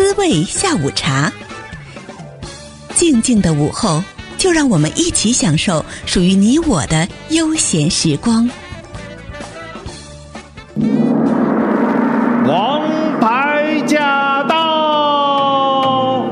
滋味下午茶。静静的午后，就让我们一起享受属于你我的悠闲时光。 王牌驾到！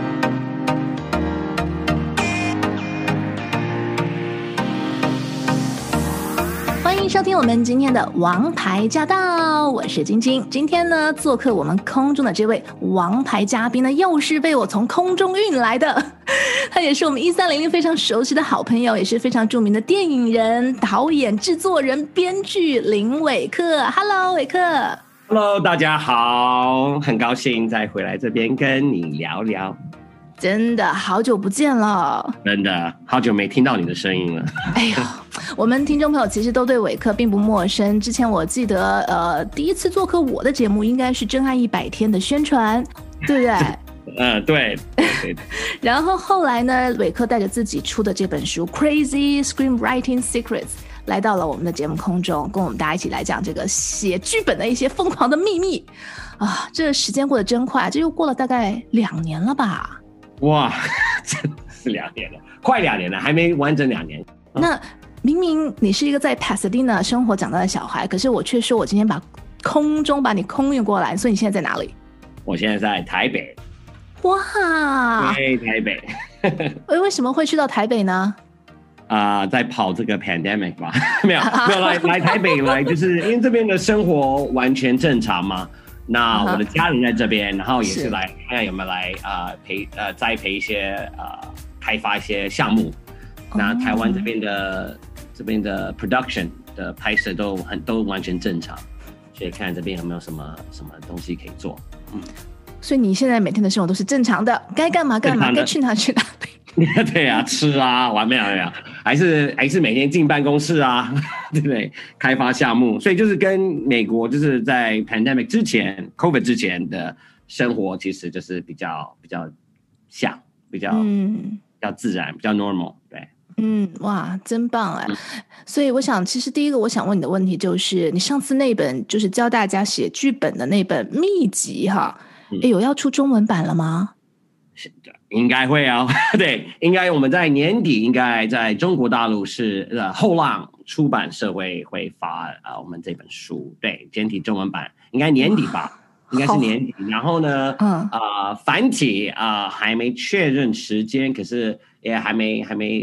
欢迎收听我们今天的王牌驾到，我是晶晶。今天呢，做客我们空中的这位王牌嘉宾呢，又是被我从空中运来的，他也是我们1300非常熟悉的好朋友，也是非常著名的电影人、导演、制作人、编剧林伟克。Hello， 伟克。 Hello， 大家好，很高兴再回来这边跟你聊聊。 真的好久不见了， 真的好久没听到你的声音了。 哎呦，我们听众朋友其实都对伟克并不陌生。之前我记得，第一次做客我的节目应该是《真爱100天》的宣传，对不对？ 对。 然后后来呢，伟克带着自己出的这本书《Crazy Screenwriting Secrets》来到了我们的节目空中，跟我们大家一起来讲这个写剧本的一些疯狂的秘密啊！这时间过得真快，这又过了大概2年了吧？ 哇，真的是2年了，快2年了，还没完整2年。 那明明你是一个在 Pasadena 生活长大的小孩，可是我却说我今天空中把你空运过来，所以你现在在哪里？ 我现在在台北。 哇， 对，台北。 为什么会去到台北呢？ 在跑这个 pandemic 吧。没有来台北来，就是因为这边的生活完全正常嘛。那我的家人在这边，然后也是来看看有没有来栽培一些开发一些项目。那台湾这边的 production 的拍摄都完全正常，所以看这边有没有什么东西可以做。 所以你现在每天的生活都是正常的，该干嘛干嘛，该去哪去哪里。 对啊，吃啊，完没有，还是每天进办公室啊，对不对？开发项目，所以就是跟美国就是在 pandemic 之前 ，COVID 之前的生活，其实就是比较像，比较自然，比较 normal， 对。 哇，真棒哎！所以我想，其实第一个我想问你的问题就是，你上次那本就是教大家写剧本的那本秘籍哈，有要出中文版了吗？ 应该会啊，对，应该我们在年底应该在中国大陆是后浪出版社会发我们这本书，对，简体中文版应该年底吧，应该是年底。然后呢，繁体还没确认时间，可是也还没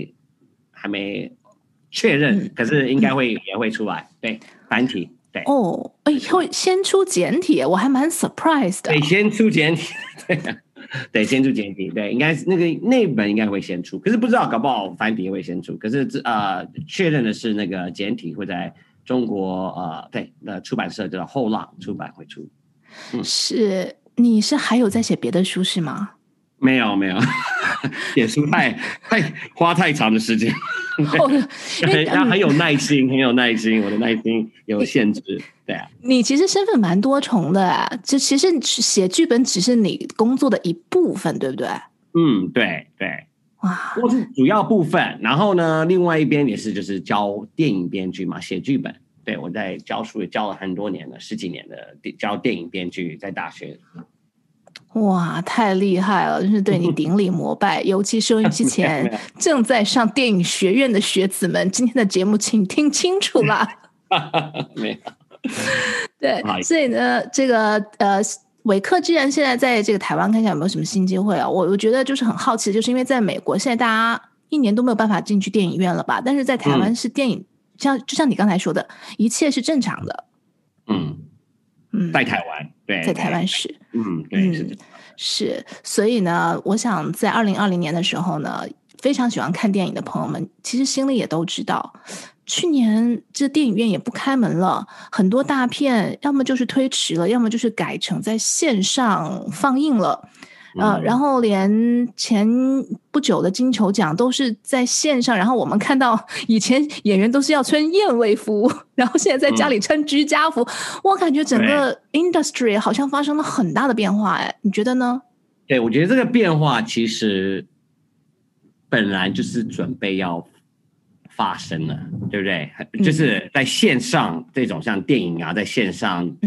确认，可是应该也会出来，对，繁体。对会先出简体，我还蛮 surprised 的。 对，先出简体，对，先出简体，对，应该是那本应该会先出，可是不知道，搞不好繁体会先出。可是确认的是那个简体会在中国出版社的后浪出版会出。 是，你是还有在写别的书是吗？ 没有，写书花太长的时间。很有耐心，我的耐心有限制，对啊。 你其实身份蛮多重的啊，这其实写剧本只是你工作的一部分，对不对？ 对，哇，我是主要部分。然后呢，另外一边也是就是教电影编剧嘛，写剧本。对，我在教书也教了很多年了，10几年的教电影编剧，在大学。 哇，太厉害了，真是对你顶礼膜拜。尤其收音机前正在上电影学院的学子们，今天的节目请听清楚了。 没有。 对，所以呢，这个伟克既然现在在这个台湾，看看有没有什么新机会啊？我觉得就是很好奇，就是因为在美国现在大家1年都没有办法进去电影院了吧？但是在台湾是电影，就像你刚才说的，一切是正常的。 在台湾，对， 在台湾是， 对， 是，所以呢，我想在2020年的时候呢，非常喜欢看电影的朋友们，其实心里也都知道，去年这电影院也不开门了，很多大片要么就是推迟了，要么就是改成在线上放映了。然后连前不久的金球奖都是在线上，然后我们看到以前演员都是要穿燕尾服，然后现在在家里穿居家服，我感觉整个 industry 好像发生了很大的变化，你觉得呢？ 对，我觉得这个变化其实本来就是准备要发生了，对不对？就是在线上这种像电影啊，在线上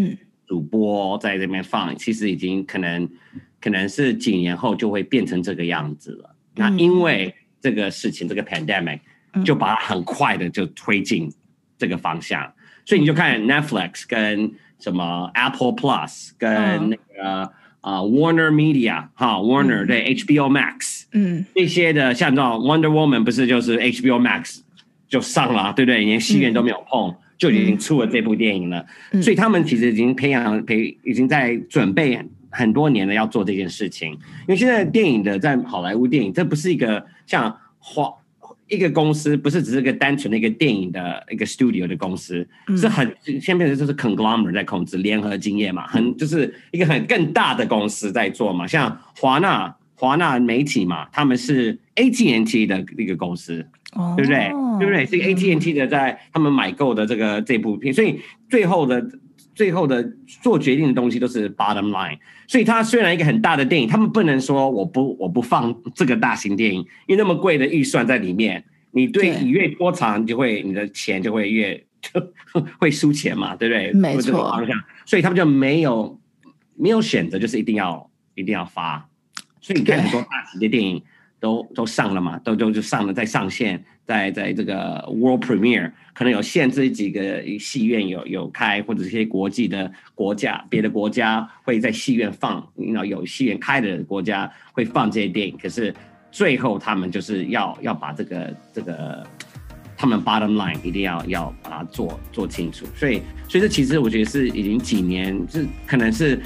主播在这边放，其实已经可能是几年后就会变成这个样子了。那因为这个事情，这个 pandemic 就把它很快的就推进这个方向，所以你就看 Netflix 跟什么 Apple Plus 跟那个Warner Media 哈 Warner 对 HBO Max 这些的，像这种 Wonder Woman 不是就是 HBO Max 就上了，对不对？连戏院都没有碰，就已经出了这部电影了。所以他们其实已经已经在准备很多年了要做这件事情。因为现在电影的在好莱坞电影，这不是一个像一个公司，不是只是一个单纯的一个电影的一个 studio 的公司，是现在变成就是 conglomerate 在控制，联合经验嘛，就是一个更大的公司在做嘛。像华纳媒体嘛，他们是 AT&T 的一个公司，对不对？对不对？是 AT&T 的在他们买购的这部片，所以最后的做决定的东西都是 bottom line。所以它虽然一个很大的电影，他们不能说我不放这个大型电影，因为那么贵的预算在里面，你你越拖长，你的钱就会会输钱嘛，对不对？ 没错。 方向，所以他们就没有选择，就是一定要发。所以你看很多大型的电影都上了嘛，就上了，在上线，在这个 World Premiere 可能有限制几个戏院有开，或者是一些别的国家会在戏院放，有戏院开的国家会放这些电影，可是最后他们就是要把这个他们 bottom line 一定要把它做清楚，所以这其实我觉得是已经几年，是可能是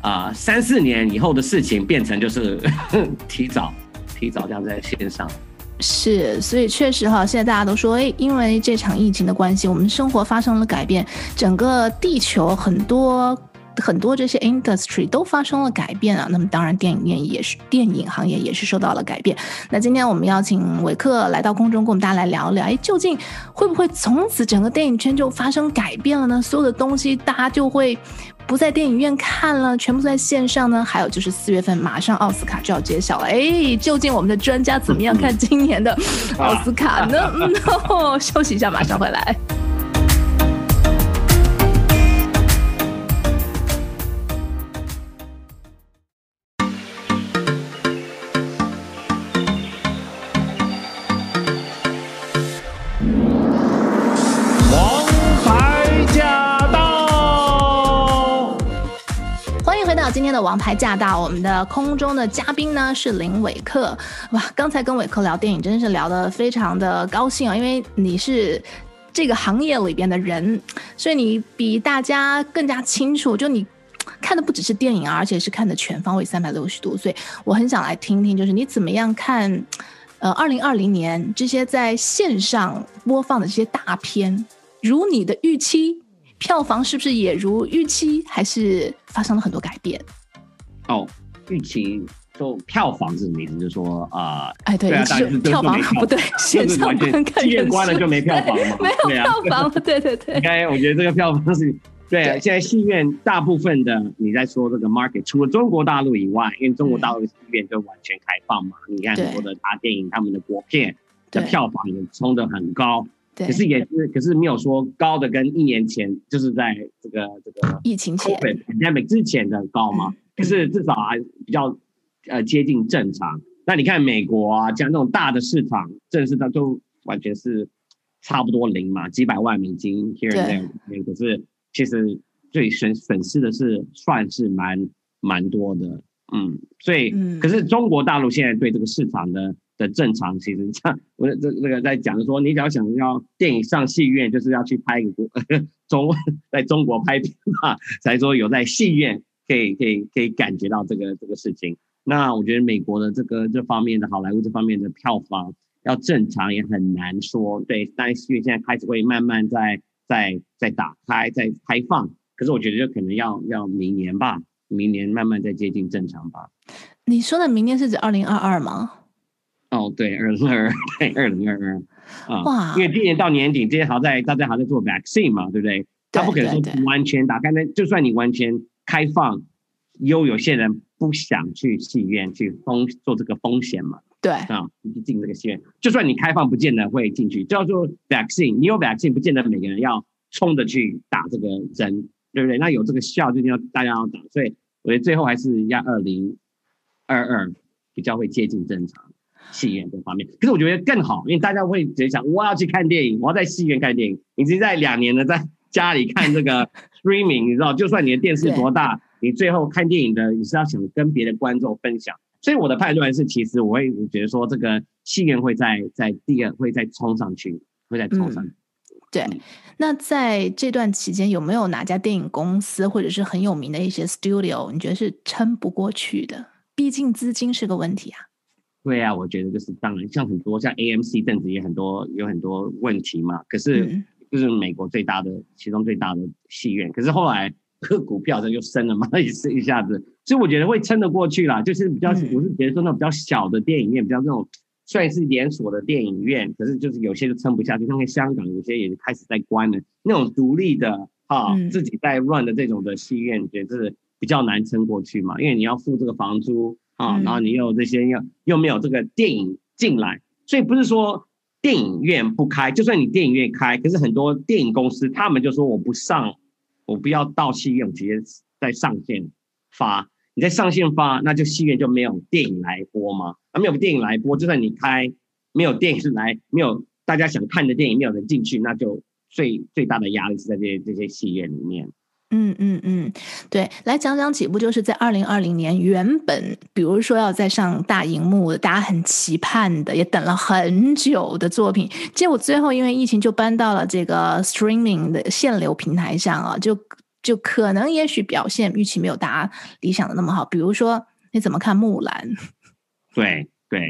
3-4年以后的事情，变成就是提早这样在线上。 是，所以确实哈，现在大家都说，因为这场疫情的关系，我们生活发生了改变，整个地球很多这些 industry 都发生了改变啊。那么当然电影行业也是受到了改变。那今天我们邀请伟克来到空中，跟我们大家来聊聊，究竟会不会从此整个电影圈就发生改变了呢？所有的东西大家就会不在电影院看了，全部在线上呢？还有就是4月份马上奥斯卡就要揭晓了，究竟我们的专家怎么样看今年的奥斯卡呢？休息一下，马上回来。今天的王牌驾到，我们的空中的嘉宾呢是林伟克。哇，刚才跟伟克聊电影真是聊得非常的高兴啊，因为你是这个行业里边的人，所以你比大家更加清楚，就你看的不只是电影啊，而且是看的全方位360度，所以我很想来听听，就是你怎么样看2020年这些在线上播放的这些大片，如你的预期，票房是不是也如预期，还是发生了很多改变？ 预期就票房是什么意思？就是说对啊，票房不对，线上不能看， 戏院关了就没票房嘛， 没有票房了，对。 应该我觉得这个票房是对。现在戏院大部分的你在说这个 market， 除了中国大陆以外，因为中国大陆的戏院就完全开放嘛，你看很多的大电影，他们的国片的票房也冲得很高。可是没有说高的跟1年前，就是在这个疫情前 pandemic 之前的高嘛。可是至少还比较接近正常。那你看美国啊，像那种大的市场，正式的都完全是差不多零嘛，几百万美金 here and there。可是其实最损失的是算是蛮多的，所以可是中国大陆现在对这个市场的正常，其实像我这个在讲说，你只要想要电影上戏院，就是要去拍一个在中国拍片嘛，才说有在戏院可以感觉到这个事情。那我觉得美国的这方面的好莱坞这方面的票房要正常也很难说，对，但是戏院现在开始会慢慢在打开，在开放，可是我觉得就可能要明年吧，明年慢慢再接近正常吧。 你说的明年是指2022吗？ 对，2022，对，2022哇！因为今年到年底，大家还在做 vaccine 嘛，对不对？他不可能说完全打开，那就算你完全开放，有些人不想去戏院去做这个风险嘛， 对进这个戏院，就算你开放，不见得会进去。叫做 vaccine， 你有 vaccine， 不见得每个人要冲着去打这个针， 对不对？那有这个效就一定要大家要打，所以我觉得最后还是要2022比较会接近正常戏院这方面。可是我觉得更好，因为大家会直接想我要去看电影，我要在戏院看电影。你已经在2年了，在家里看这个 streaming， 你知道，就算你的电视多大，你最后看电影的你是要想跟别的观众分享。所以我的判断是，其实我会觉得说，这个戏院会在第二会再冲上去，会再冲上去。 对，那在这段期间有没有哪家电影公司或者是很有名的一些 studio， 你觉得是撑不过去的？毕竟资金是个问题啊。 对啊，我觉得就是当然，像很多像 AMC 阵子也有很多问题嘛。可是就是美国其中最大的戏院，可是后来股票就升了嘛，也是一下子，所以我觉得会撑得过去啦。就是比较，我是觉得说那种比较小的电影院，比较那种虽然是连锁的电影院，可是就是有些就撑不下去，像香港有些也开始在关了。那种独立的自己在 run 的这种的戏院，觉得是比较难撑过去嘛，因为你要付这个房租然后你又这些又没有这个电影进来，所以不是说电影院不开，就算你电影院开，可是很多电影公司他们就说我不要到戏院，直接在上线发。你在上线发，那就戏院就没有电影来播吗？没有电影来播，就算你开没有电影来，没有大家想看的电影，没有人进去，那就最大的压力是在这些戏院里面。 对，来讲讲几部就是在2020年原本比如说要再上大荧幕的，大家很期盼的，也等了很久的作品，结果最后因为疫情就搬到了这个 streaming 的限流平台上啊，就可能也许表现预期没有大家理想的那么好。比如说你怎么看木兰？ 对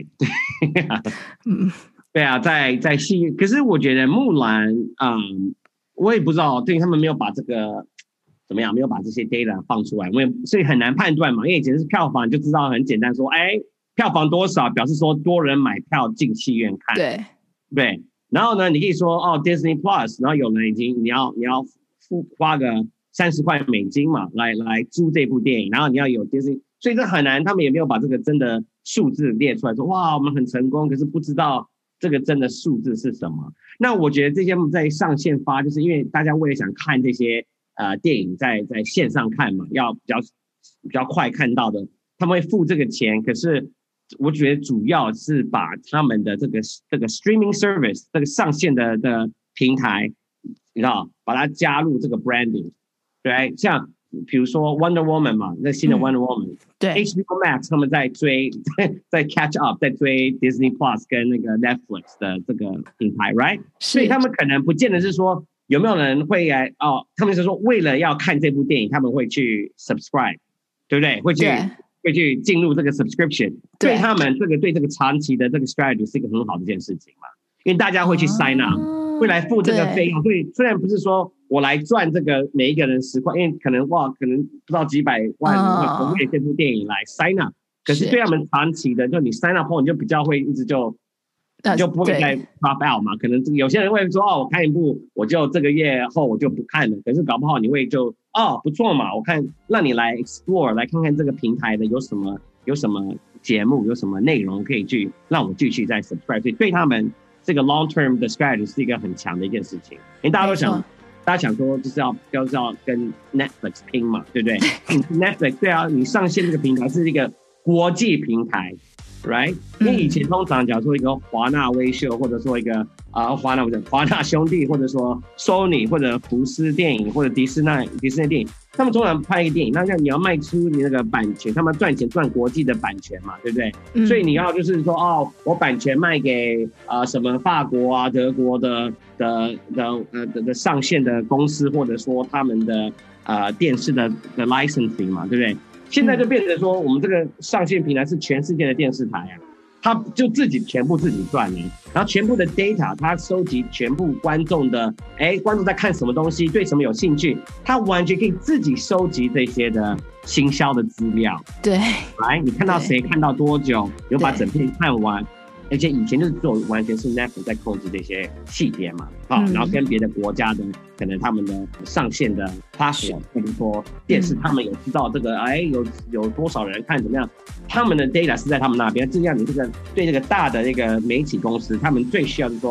对啊，在戏，可是我觉得木兰我也不知道，对他们没有把这个怎么样，没有把这些 data 放出来，所以很难判断嘛。因为以前是票房，就知道很简单说，票房多少表示说多人买票进戏院看，对。然后呢，你可以说Disney Plus， 然后有人已经你要花个$30嘛，来租这部电影，然后你要有 Disney， 所以这很难，他们也没有把这个真的数字列出来说，哇，我们很成功，可是不知道这个真的数字是什么。那我觉得这些在上线发，就是因为大家为了想看这些电影在线上看嘛，要比较快看到的，他们会付这个钱。可是我觉得主要是把他们的这个 streaming service 这个上线的平台，你知道，把它加入这个 branding， 对，像比如说 Wonder Woman 嘛，那新的 Wonder Woman， 对 HBO Max 他们在追在 catch up， 在追 Disney Plus 跟那个 Netflix 的这个品牌 ，right？ 所以他们可能不见得是说。有没有人会他们是说为了要看这部电影，他们会去 subscribe， 对不对？会去进入这个 subscription， 对他们对这个长期的这个 strategy 是一个很好的一件事情嘛，因为大家会去 sign up， 会来付这个费用。所以虽然不是说我来赚这个每一个人10块，因为可能不知道几百万人为这部电影来 sign up， 可是对他们长期的，就你 sign up 后，你就比较会一直就不会再 drop out 嘛？可能有些人会说我看一部，我就这个月后我就不看了。可是搞不好你会就不错嘛，我看让你来 explore， 来看看这个平台的有什么节目，有什么内容可以去让我继续再 subscribe。所以对他们这个 long term 的 strategy 是一个很强的一件事情。因为大家想说就是要跟 Netflix 拼嘛，对不对？Netflix 对啊，你上线这个平台是一个国际平台。Right， 因为以前通常假如说一个华纳威秀，或者说一个华纳兄弟，或者说 Sony 或者福斯电影或者迪士尼电影，他们通常拍一个电影，那你要卖出你那个版权，他们赚钱赚国际的版权嘛，对不对？所以你要就是说我版权卖给什么法国啊、德国的上线的公司，或者说他们的电视的 licensing 嘛，对不对？现在就变成说，我们这个上线平台是全世界的电视台他就全部自己赚了，然后全部的 data， 他收集全部观众的，观众在看什么东西，对什么有兴趣，他完全可以自己收集这些的行销的资料。对，你看到谁看到多久，有把整片看完。而且以前就是完全是 Netflix 在控制这些细节嘛，然后跟别的国家的可能他们的上线的 platform， 或者说电视，他们有知道这个有多少人看怎么样，他们的 data 是在他们那边。这样你对这个大的那个媒体公司，他们最需要是说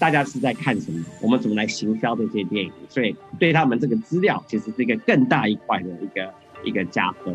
大家是在看什么，我们怎么来行销这些电影，所以对他们这个资料其实是一个更大一块的一个加分。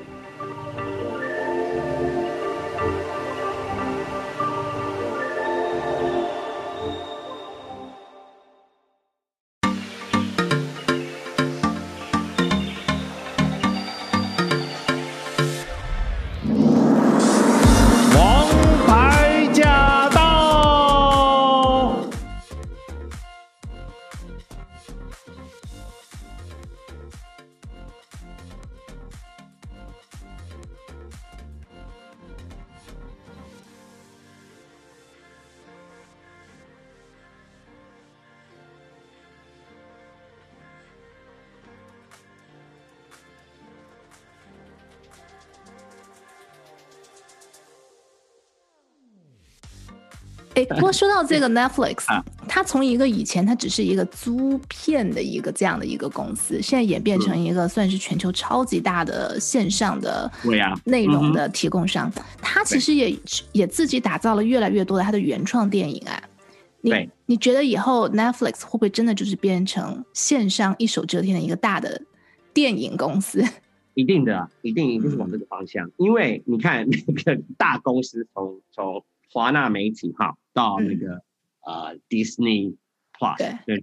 不过说到这个 Netflix，它从一个以前它只是一个租片的一个这样的一个公司，现在演变成一个算是全球超级大的线上的内容的提供商。它其实也自己打造了越来越多的它的原创电影啊。你觉得以后 Netflix 会不会真的就是变成线上一手遮天的一个大的电影公司？ 一定的，一定是往这个方向。因为你看那个大公司从华纳媒体到那个Disney Plus， 对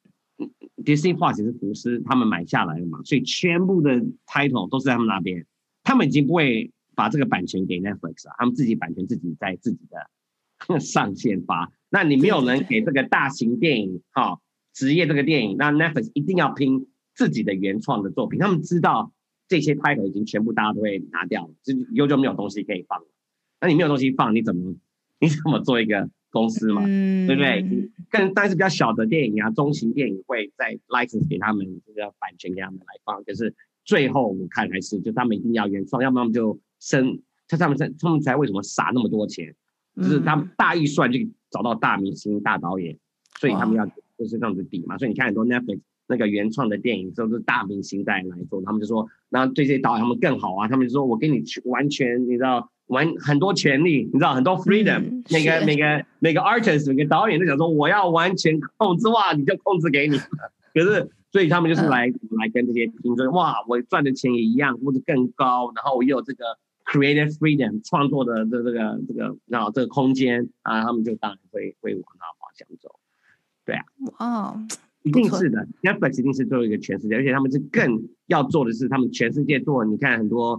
，Disney Plus 也是福斯他们买下来的嘛，所以全部的 title 都是在他们那边，他们已经不会把这个版权给 Netflix 了，他们自己版权自己在自己的上线发。那你没有人给这个大型电影职业这个电影，那 Netflix 一定要拼自己的原创的作品，他们知道这些 title 已经全部大家都会拿掉了，就没有东西可以放了。那你没有东西放，你怎么做一个公司嘛？对不对？当然是比较小的电影啊，中型电影会再 license 给他们这个版权给他们来放，可是最后我看还是就他们一定要原创，要不然他们就他们才为什么撒那么多钱，就是他们大预算就找到大明星、大导演，所以他们要就是这样子比嘛。所以你看很多 Netflix 那个原创的电影都是大明星在来做，他们就说，那对这些导演他们更好啊，他们就说我给你完全你知道。很多权利，你知道很多 freedom，每个 artist 每个导演都想说我要完全控制，哇，你就控制给你。可是所以他们就是来跟这些听众，哇，我赚的钱也一样或者更高，然后我也有这个 creative freedom 创作的然后这个空间啊，他们就当然会往那方向走。对啊，一定是的 ，Netflix 一定是做一个全世界，而且他们是更要做的是他们全世界做。你看很多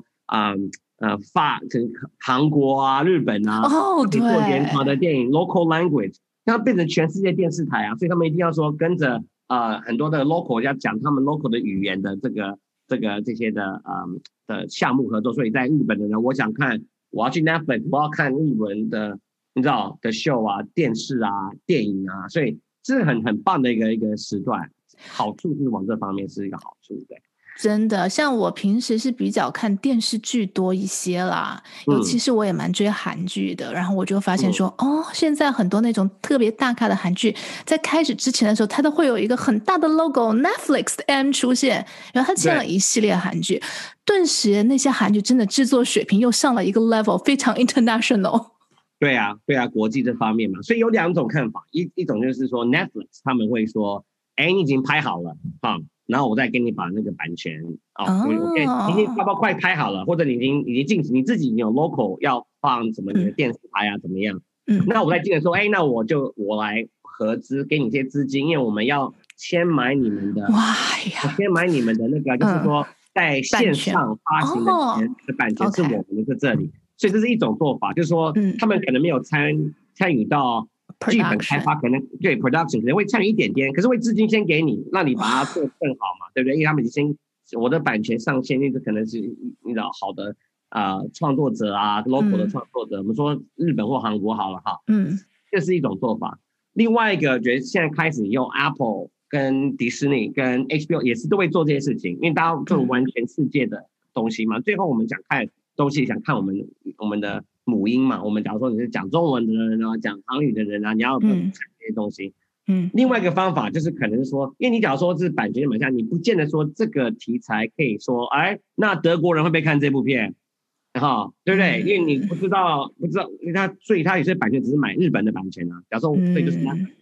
韩国啊、日本啊， 对， 做原创的电影 local language， 要变成全世界电视台啊，所以他们一定要说跟着很多的 local 要讲他们 local 的语言的这些的项目合作。所以在日本的人，我要去 Netflix， 我要看日文的你知道的 show 啊、电视啊、电影啊，所以这是很棒的一个时段。好处是往这方面是一个好处，对。 真的，像我平时是比较看电视剧多一些啦，尤其是我也蛮追韩剧的，然后我就发现说，现在很多那种特别大咖的韩剧，在开始之前的时候，它都会有一个很大的 logo Netflix 的 M 出现，然后它签了一系列韩剧，顿时那些韩剧真的制作水平又上了一个 level， 非常 international。 对啊，国际这方面嘛，所以有两种看法，一种就是说 Netflix 他们会说，你已经拍好了然后我再给你把那个版权我已经包快拍好了，或者你已经进行你自己有 local 要放什么你的电视台啊怎么样？那我再进来说，那我来合资给你一些资金，因为我们要签买你们的签买你们的那个，就是说在线上发行的版权是我们在这里，所以这是一种做法，就是说他们可能没有参与到。剧本开发可能对 production 可能会参与一点点，可是会资金先给你，让你把它做更好嘛，对不对？因为他们已经我的版权上线，那个可能是你知道好的创作者啊 ，local 的创作者，我们说日本或韩国好了这是一种做法。另外一个，觉得现在开始用 Apple 跟迪士尼跟 HBO 也是都会做这些事情，因为大家这种完全世界的东西嘛，最后我们想看东西，想看我们的。母音嘛，我们假如说你是讲中文的人啊，讲韩语的人啊，你要看这些东西。另外一个方法就是可能说，因为你假如说是版权买下，你不见得说这个题材可以说，那德国人会不会看这部片？对不对？因为你不知道，因为所以他有些版权只是买日本的版权啊。假如说，所以就是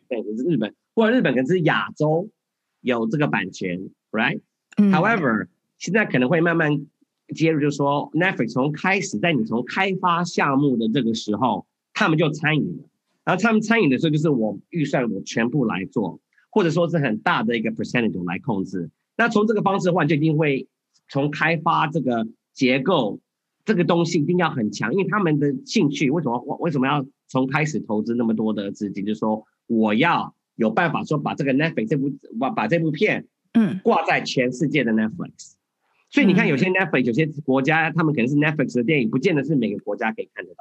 对，可是日本，或者日本可能是亚洲有这个版权 ，right？However，现在可能会慢慢接入，就是说 Netflix 从开始在你从开发项目的这个时候，他们就参与了。然后他们参与的时候，就是我预算我全部来做，或者说是很大的一个 percentage 来控制。那从这个方式的话，就一定会从开发这个结构这个东西一定要很强，因为他们的兴趣为什么要从开始投资那么多的资金？就是说我要有办法说把这个 Netflix 把这部片挂在全世界的 Netflix。所以你看，有些 Netflix 有些国家，他们可能是 Netflix 的电影，不见得是每个国家可以看得到。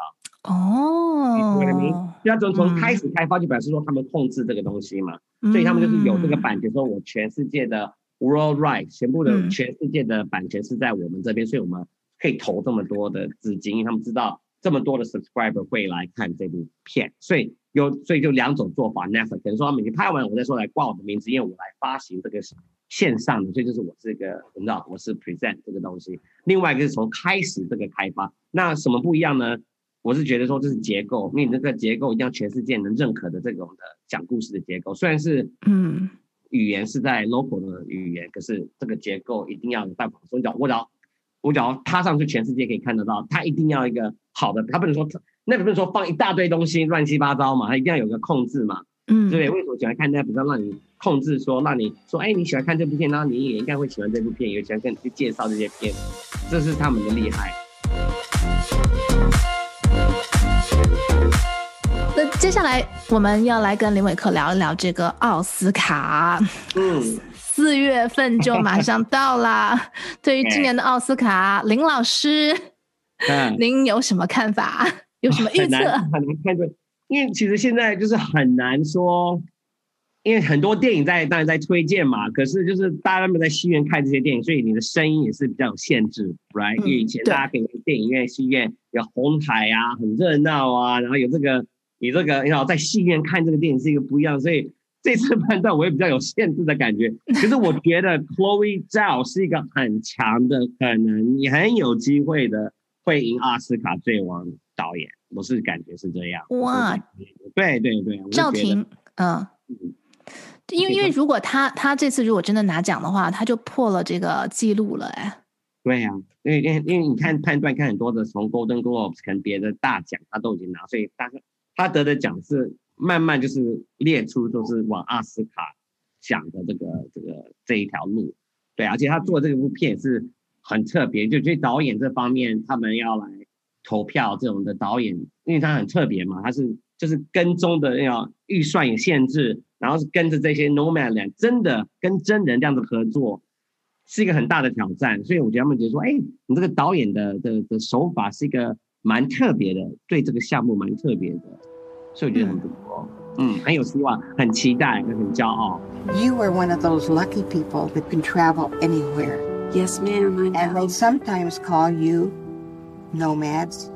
要从开始开发，就表示说他们控制这个东西嘛，所以他们就是有这个版权，说我全世界的 world right， 全部的全世界的版权是在我们这边，所以我们可以投这么多的资金，因为他们知道这么多的 subscriber 会来看这部片，所以就两种做法。Netflix 可能说他们已经拍完，我再说来挂我的名字，因为我来发行这个线上的，所以就是我这个你知道我是 present 这个东西。另外一个是从开始这个开发，那什么不一样呢？我是觉得说这是结构，因为你这个结构一定要全世界能认可的这种的讲故事的结构。虽然是语言是在 local 的语言，可是这个结构一定要有办法。所以我只要踏上去，全世界可以看得到，它一定要一个好的，它不能说那不是说放一大堆东西乱七八糟嘛，它一定要有个控制嘛。对不对？为什么喜欢看 Netflix 让你控制说，让你说，哎，你喜欢看这部片，然后你也应该会喜欢这部片，也喜欢跟你去介绍这些片，这是他们的厉害。 那接下来我们要来跟林伟克聊一聊这个奥斯卡。4月份就马上到啦。对于今年的奥斯卡，林老师，您有什么看法？有什么预测？ 很难看对，因为其实现在就是很难说，因为很多电影当然在推荐嘛，可是就是大家都在戏院看这些电影，所以你的声音也是比较有限制 ，right？因为以前大家可以在电影院、戏院有红海啊，很热闹啊，然后有这个在戏院看这个电影是一个不一样，所以这次判断我也比较有限制的感觉。可是我觉得 Chloe Zhao 是一个很强的，可能你很有机会的会赢奥斯卡最佳导演，我是感觉是这样。 哇， 对， 赵婷，因为如果他这次如果真的拿奖的话，他就破了这个记录了哎。 对啊，因为你看判断看很多的从 Golden Globes 可能别的大奖他都已经拿，所以他得的奖是慢慢就是列出就是往奥斯卡奖的这一条路。对，而且他做这部片也是很特别，就对导演这方面他们要来投票这种的导演，因为他很特别嘛，他是就是跟踪的预算有限制，然后是跟着这些 Nomadland 真的跟真人这样子合作，是一个很大的挑战。所以我觉得他们觉得说，你这个导演的手法是一个蛮特别的，对这个项目蛮特别的，所以我觉得很不错。很有希望，很期待，很骄傲。 You are one of those lucky people that can travel anywhere. Yes, ma'am, I know. And they sometimes call you nomads.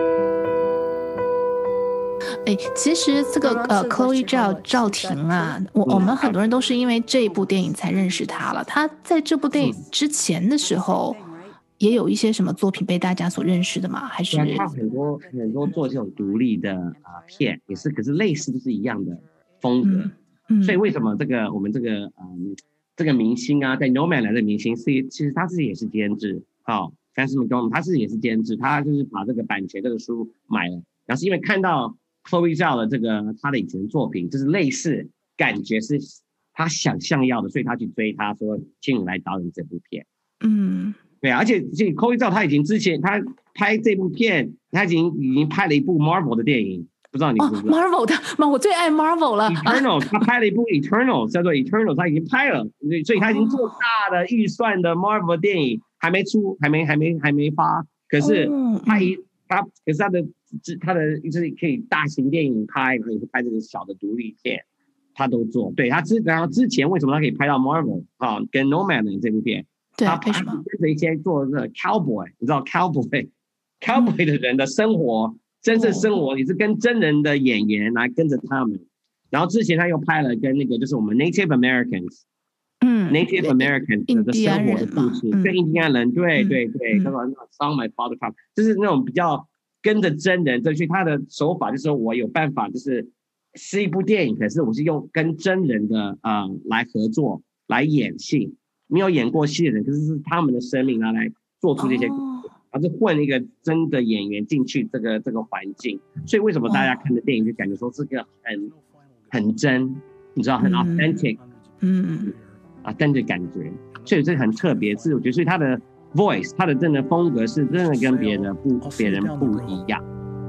其实这个Chloe Zhao 赵婷啊，我们很多人都是因为这部电影才认识她了。她在这部电影之前的时候，也有一些什么作品被大家所认识的吗？还是她很多做这种独立的片也是，可是类似都是一样的风格。所以为什么我们这个明星啊，在 Nomadland 的明星其实他自己也是监制，Frances McDormand 他自己也是监制，他就是把这个版权这个书买了，然后是因为看到 Chloe Zhao 的他的以前作品就是类似感觉是他想象要的，所以他去追他说请你来导演这部片。对啊，而且 Chloe Zhao 他已经之前他拍这部片，他已经拍了一部 Marvel 的电影，不知道你知不知道 ？Marvel 的我最爱 Marvel 了。 Eternal 他拍了一部 Eternal 叫做 Eternal， 他已经拍了，所以他已经做大的预算的 Marvel 电影还没出，还没发，可是可是他的就是可以大型电影拍，然后也是拍这个小的独立片，他都做。对，然后之前为什么他可以拍到 Marvel 跟 Nomadland 这部片？ 对， 他跟着一些做这个 Cowboy， 你知道 Cowboy 的人的生活，真正生活也是跟真人的演员来跟着他们。然后之前他又拍了跟就是我们 Native Americans。Native Americans 的生活的故事，跟印第安人，对，他说 Song My Father Taught， 就是那种比较跟着真人，所以他的手法就是说我有办法，就是是一部电影，可是我是用跟真人的来合作来演戏，没有演过戏的人，可是是他们的生命来做出这些，而是混一个真的演员进去这个环境，所以为什么大家看的电影就感觉说这个很真，你知道很 authentic， authentic 感觉，所以这很特别，是我觉得所以他的 voice， 他的真的风格是真的跟别人不一样。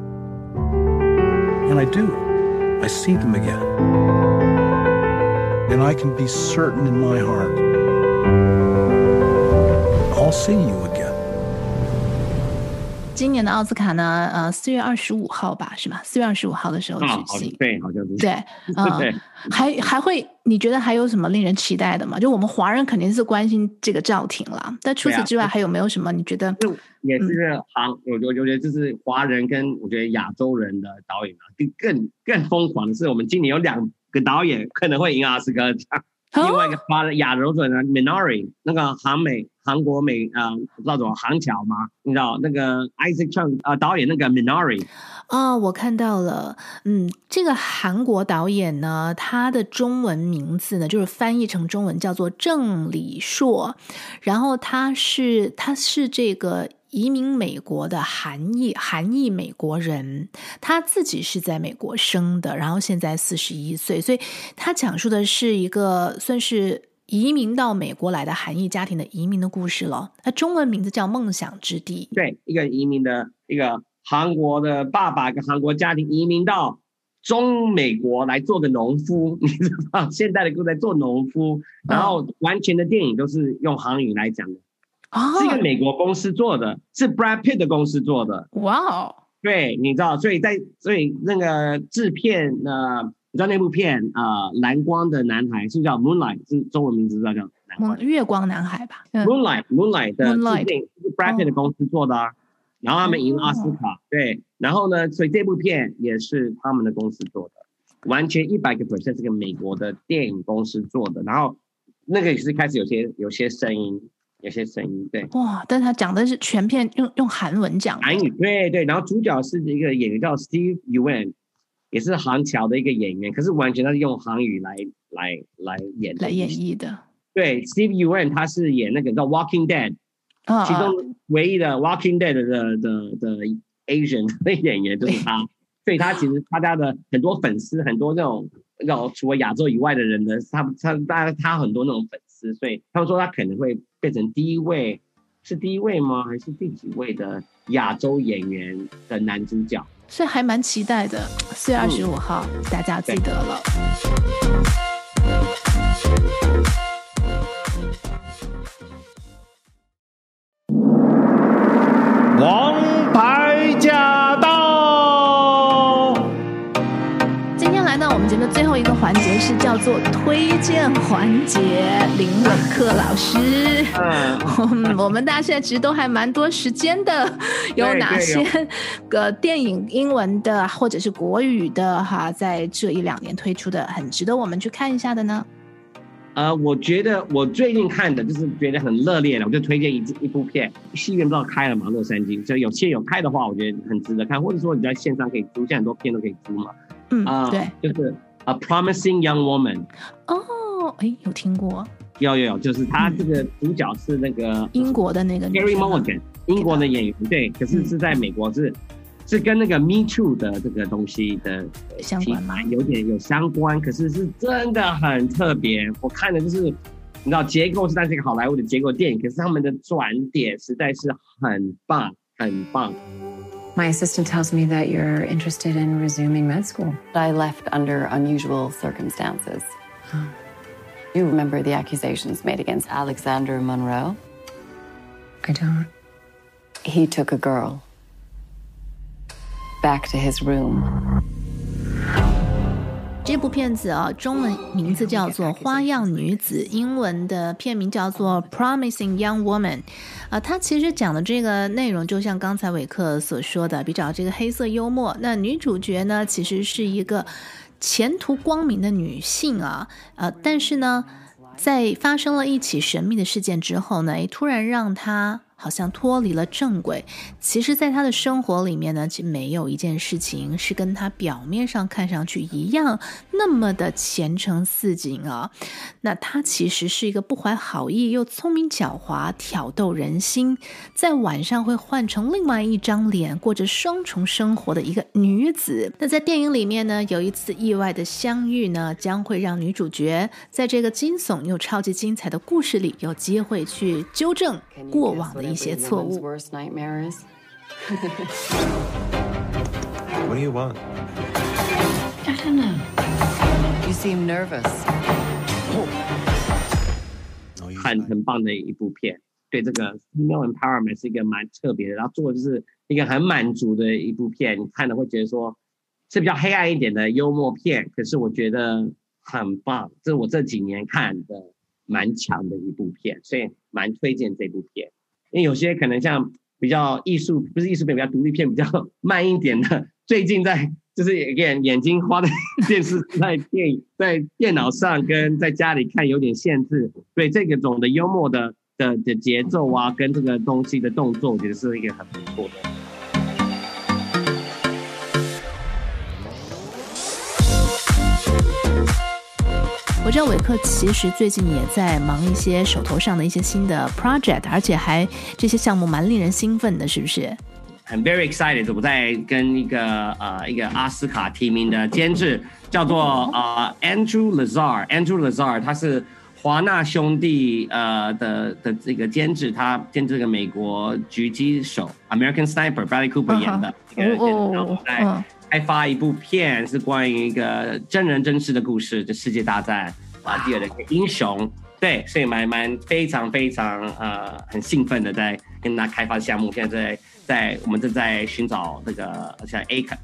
And I do. I see them again. And I can be certain in my heart, I'll see you again. 今年的奥斯卡呢，4月25号吧，是吧？4月25号的时候举行。 对，好像是。 对，还会，你觉得还有什么令人期待的吗？就我们华人肯定是关心这个赵婷啦，但除此之外还有没有什么？你觉得？ 也是我觉得就是华人跟我觉得亚洲人的导演更疯狂的是，我们今年有2个导演可能会赢奥斯卡奖。另外一个亚洲人的 Minari， 那个韩国美不知道怎么航桥吗？你知道那个 Isaac Chung 导演那个 Minari。 我看到了，这个韩国导演呢，他的中文名字呢，就是翻译成中文叫做郑李硕，然后他是这个移民美国的韩裔美国人，他自己是在美国生的，然后现在41岁，所以他讲述的是一个算是移民到美国来的韩裔家庭的移民的故事了。他中文名字叫梦想之地。 对，一个移民的一个韩国的爸爸跟韩国家庭移民到中美国来做个农夫，你知道现在的都在做农夫，然后完全的电影都是用韩语来讲的。是一个美国公司做的，是 Brad Pitt 的公司做的。 哇哦！ 对，你知道，所以那个制片你知道那部片蓝光的男孩是叫 Moonlight， 是中文名字叫月光男孩吧。 Moonlight 的制片是 Brad Pitt 的公司做的然后他们赢了奥斯卡。对，然后呢，所以这部片也是他们的公司做的，完全100% 是个美国的电影公司做的。然后那个也是开始有些声音。对。 哇！但是他讲的是全片用韩文讲的。 韩语，对。然后主角是一个演员叫 Steve Yeun， 也是韩侨的一个演员，可是完全他是用韩语来演绎的。 对 ，Steve Yeun 他是演那个叫 Walking Dead， 其中唯一的 Walking Dead 的 Asian 的演员就是他，所以他其实他家的很多粉丝，很多那种除了亚洲以外的人的，他很多那种粉丝，所以他们说他可能会变成第一位吗？还是第几位的亚洲演员的男主角？ 所以还蛮期待的。4月25号，大家记得了。 王牌驾到！ 今天来到我们节目的最后一个环节是叫做推荐环节，林伟克老师。我们大家现在其实都还蛮多时间的，有哪些个电影英文的或者是国语的在这1-2年推出的很值得我们去看一下的呢？ 我觉得我最近看的就是觉得很热烈的，我就推荐一部片，戏院不知道开了吗？洛杉矶，所以有开的话，我觉得很值得看，或者说你在线上可以租，现在很多片都可以租嘛。 对， 就是A Promising Young Woman。 有听过？ 有，就是他这个主角是那个英国的那个 Carey Mulligan， 英国的演员，对，可是是在美国是跟那个 Me Too 的这个东西的相关吗？ 有点有相关，可是是真的很特别。我看的就是你知道结构是在这个好莱坞的结构电影，可是他们的转点实在是很棒。 My assistant tells me that you're interested in resuming med school. I left under unusual circumstances. You remember the accusations made against Alexander Monroe? I don't. He took a girl back to his room. 这部片子中文名字叫做《花样女子》，英文的片名叫做 Promising Young Woman。它其实讲的这个内容就像刚才伟克所说的，比较这个黑色幽默。那女主角呢，其实是一个前途光明的女性但是呢，在发生了一起神秘的事件之后呢，突然让她好像脱离了正轨。其实在他的生活里面呢，其实没有一件事情是跟他表面上看上去一样那么的虔诚似锦啊。那他其实是一个不怀好意又聪明狡猾，挑逗人心，在晚上会换成另外一张脸，过着双重生活的一个女子。那在电影里面呢，有一次意外的相遇呢，将会让女主角在这个惊悚又超级精彩的故事里有机会去纠正过往的一些错误。 What do you want? I don't know. You seem nervous. 很棒的一部片，对这个 female empowerment 是一个蛮特别的，然后做的就是一个很满足的一部片，你看了会觉得说是比较黑暗一点的幽默片，可是我觉得很棒，这是我这几年看的蛮强的一部片，所以蛮推荐这部片。因为有些可能像比较不是艺术片，比较独立片比较慢一点的，最近在就是眼睛花在电视在电脑上跟在家里看有点限制，所以这个种的幽默的节奏啊，跟这个东西的动作，我觉得是一个很不错的。 我知道伟克其实最近也在忙一些手头上的一些新的 project， 而且还这些项目蛮令人兴奋的，是不是？ 很 very excited， 我在跟一个奥斯卡提名的监制叫做Andrew Lazar， 他是华纳兄弟的这个监制，他监制这个美国狙击手 American Sniper Bradley Cooper 演的然后在开发一部片，是关于一个真人真事的故事，就世界大战第二的一个英雄。对，所以非常很兴奋的在跟他开发项目，现在我们正在寻找这个像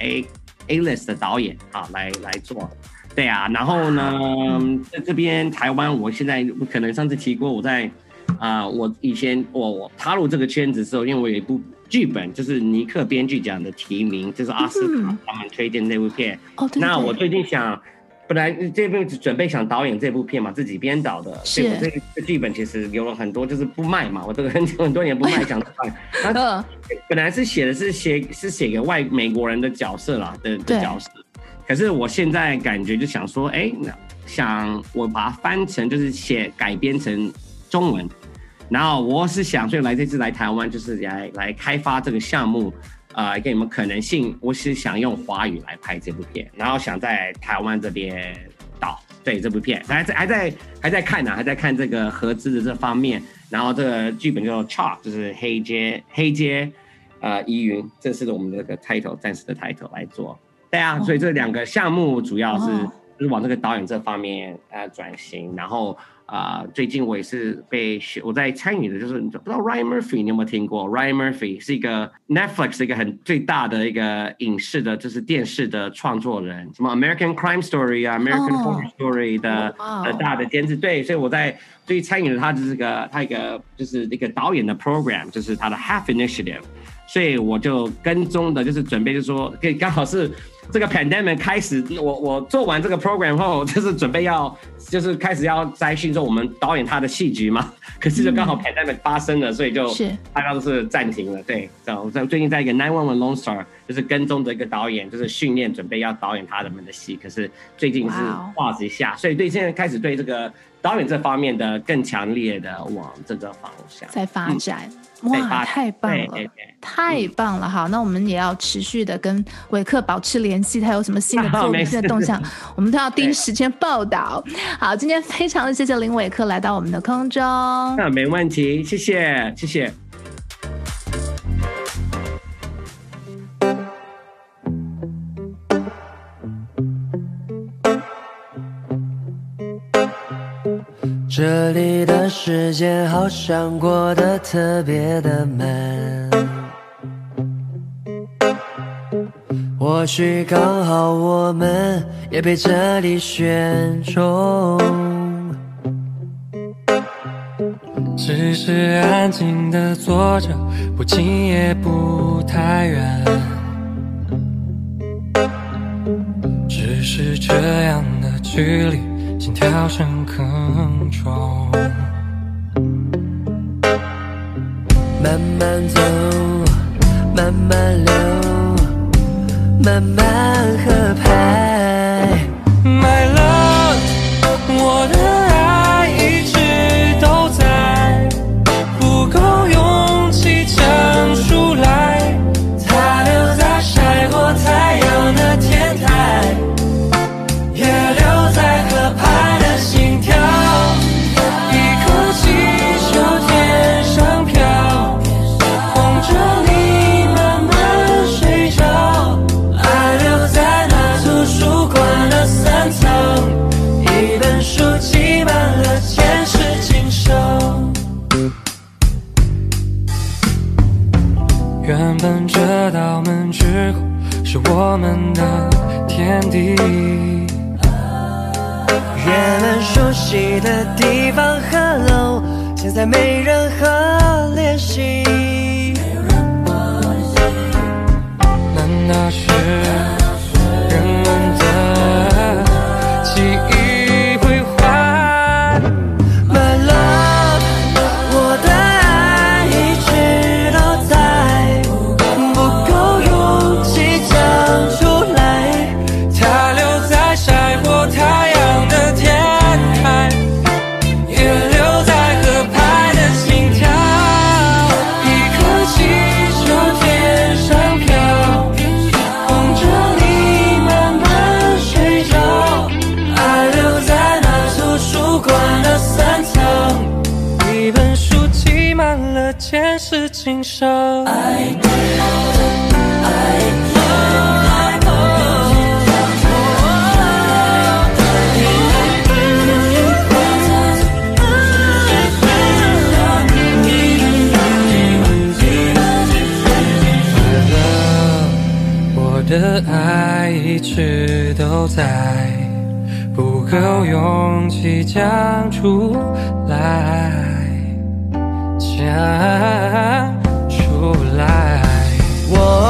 A-list 的导演来做。对啊，然后呢，在这边台湾，我现在可能上次提过，我在我以前我踏入这个圈子的时候，因为我有一部剧本，就是尼克编剧奖的提名，就是奥斯卡他们推荐那部片。对，那我最近本来这部准备想导演这部片嘛，自己编导的，所以我这个剧本其实有了很多就是不卖嘛，我这个很多年不卖想出来。那本来是写给美国人的角色啦的角色，可是我现在感觉就想说，想我把它翻成就是改编成中文，然后我是想，所以这次来台湾就是来开发这个项目。一个有没有可能性？我是想用华语来拍这部片，然后想在台湾这边导对这部片，还在看呢，还在看这个合资的这方面。然后这个剧本叫 Chalk， 就是黑街疑云，这是我们这个 title 暂时的 title 来做。对啊，所以这两个项目主要是就是往这个导演这方面转型，然后。最近我也是我在参与的，就是不知道 Ryan Murphy 你有没有听过 ？Ryan Murphy 是一个 Netflix 一个最大的一个影视的，就是电视的创作人，什么 American Crime Story 啊 ，American Horror Story 的大的监制，对，所以我在最近参与了他一个就是一个导演的 program， 就是他的 Half Initiative， 所以我就跟踪的，就是准备就是说，刚好是。这个 pandemic 开始，我做完这个 program 后，就是准备就是开始要摘讯说我们导演他的戏剧嘛，可是就刚好 pandemic 发生了，所以就大家都是暂停了。对，最近在一个911 Lone Star， 就是跟踪的一个导演，就是训练准备要导演他们的戏，可是最近是pause一下，所以现在开始对这个导演这方面的更强烈的往这个方向在发展。哇，太棒了，太棒了！好，那我们也要持续的跟伟克保持联系，他有什么新的作品、新的动向，我们都要第一时间报道。好，今天非常的谢谢林伟克来到我们的空中。 没问题，谢谢，谢谢。 这里的时间好像过得特别的慢，或许刚好我们也被这里选中，只是安静地坐着，不近也不太远，只是这样的距离心跳声更重，慢慢慢走，慢慢流，慢慢合拍。My love， 我的爱一直都在，不够勇气讲出来，它留在晒过太阳的天台，也留在河畔的心跳，一口气就天上飘，哄着你慢慢睡着，爱留在那图书馆的3层，一本书挤满了前世今生。原本这道门之后是我们的天地，原本熟悉的地方和楼，现在没任何联系。难道是人们的记忆会还 ？My love， 我的爱一直都在，不够勇气讲出来，它留在晒过太阳的天台，也留在河畔的心跳，一口气就天上飘，哄着你慢慢睡着，爱留在那图书馆的3层，一本书挤满了前世今生。我的爱一直都在，不够勇气讲出来，讲出来。我